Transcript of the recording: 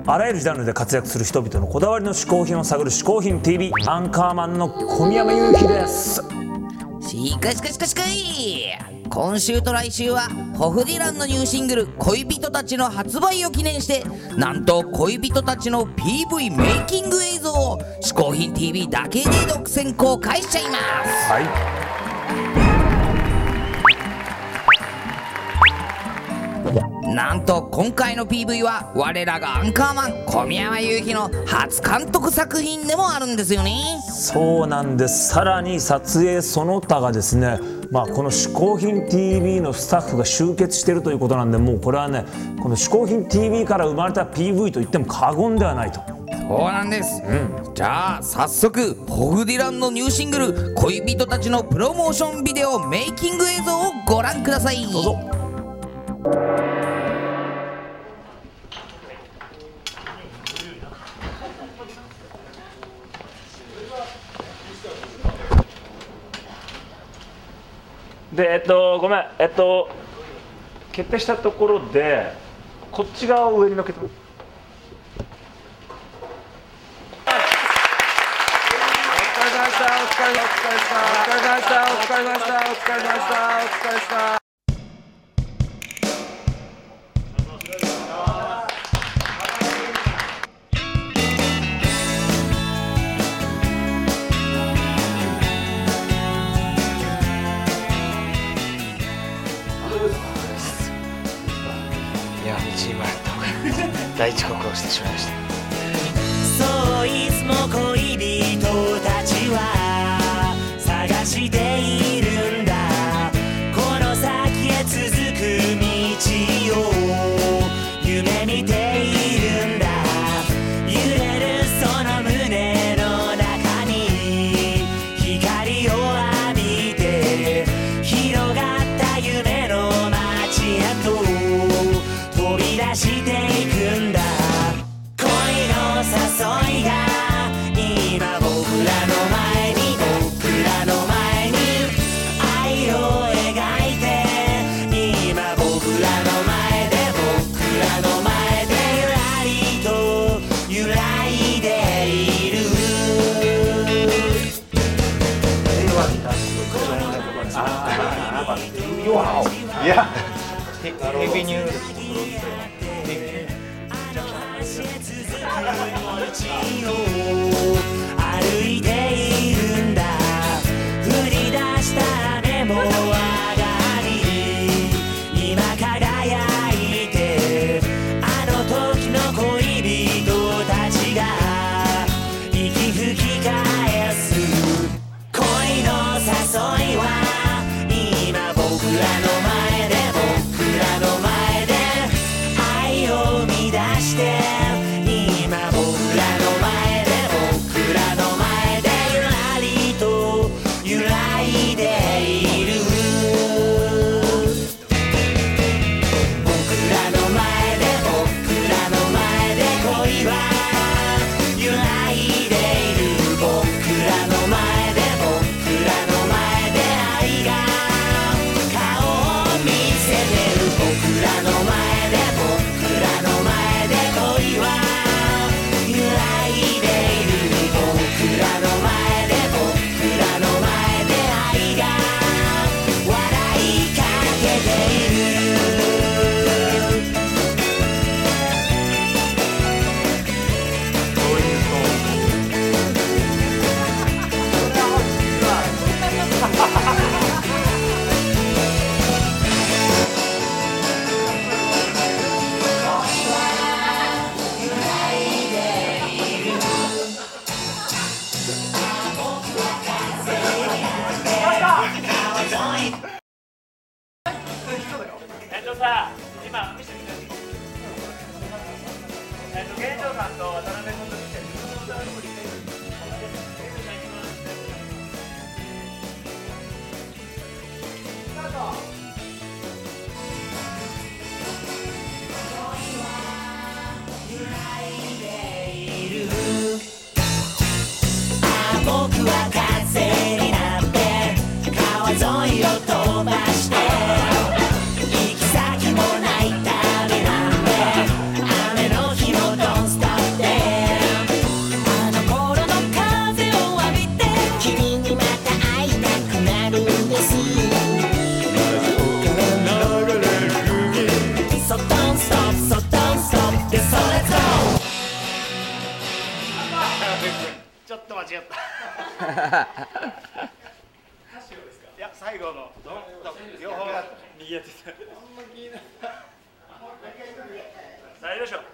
あらゆるジャンルで活躍する人々のこだわりの嗜好品を探る嗜好品 TV、 アンカーマンの小宮山雄飛です。 しかい今週と来週はホフディランのニューシングル恋人たちの発売を記念して、なんと恋人たちの PV メイキング映像を嗜好品 TV だけで独占公開しちゃいます。 はい、 なんと今回の PV は我らがアンカーマン小宮山雄飛の初監督作品でもあるんですよね。 そうなんです。さらに撮影その他がですね、この嗜好品 TV のスタッフが集結しているということなんで、もうこれはね、この嗜好品 TV から生まれた PV と言っても過言ではないと。 そうなんです、じゃあ早速ホフディランのニューシングル恋人たちのプロモーションビデオメイキング映像をご覧ください。 どうぞ。でごめん、決定したところでこっち側を上に乗っけて。お疲れ様でした。 いや、道に迷った方が第一刻をしてしまいました。 そういつも恋人たちは探しているんだ。この先へ続く道を夢見ているんだ。揺れるその胸の中に光を浴びて、広がった夢の街へと飛び出していくんだ。恋の誘いが今僕らの前に愛を描いて、今僕らの前でゆらりと揺らいでいる。 いや、ヘビニュー歩いているんだ。降り出した雨も上がり、今輝いて、あの時の恋人たちが息吹き返す。恋の誘いは今僕らの前で愛を生み出して、今僕らの前でゆらりと揺らいでいる。僕らの前で恋は揺らいでいる。僕らの前で愛が顔を見せてる。僕らの前で恋は揺らいでいる。僕らの前で愛が笑いかけている。 今見せてください。源長さんと渡辺君と見てる。 僕は風になって川沿いを飛ばして、行き先もない旅なんで、雨の日もドンス違った。いや、最後の両方右やってた。 大丈夫でしょう。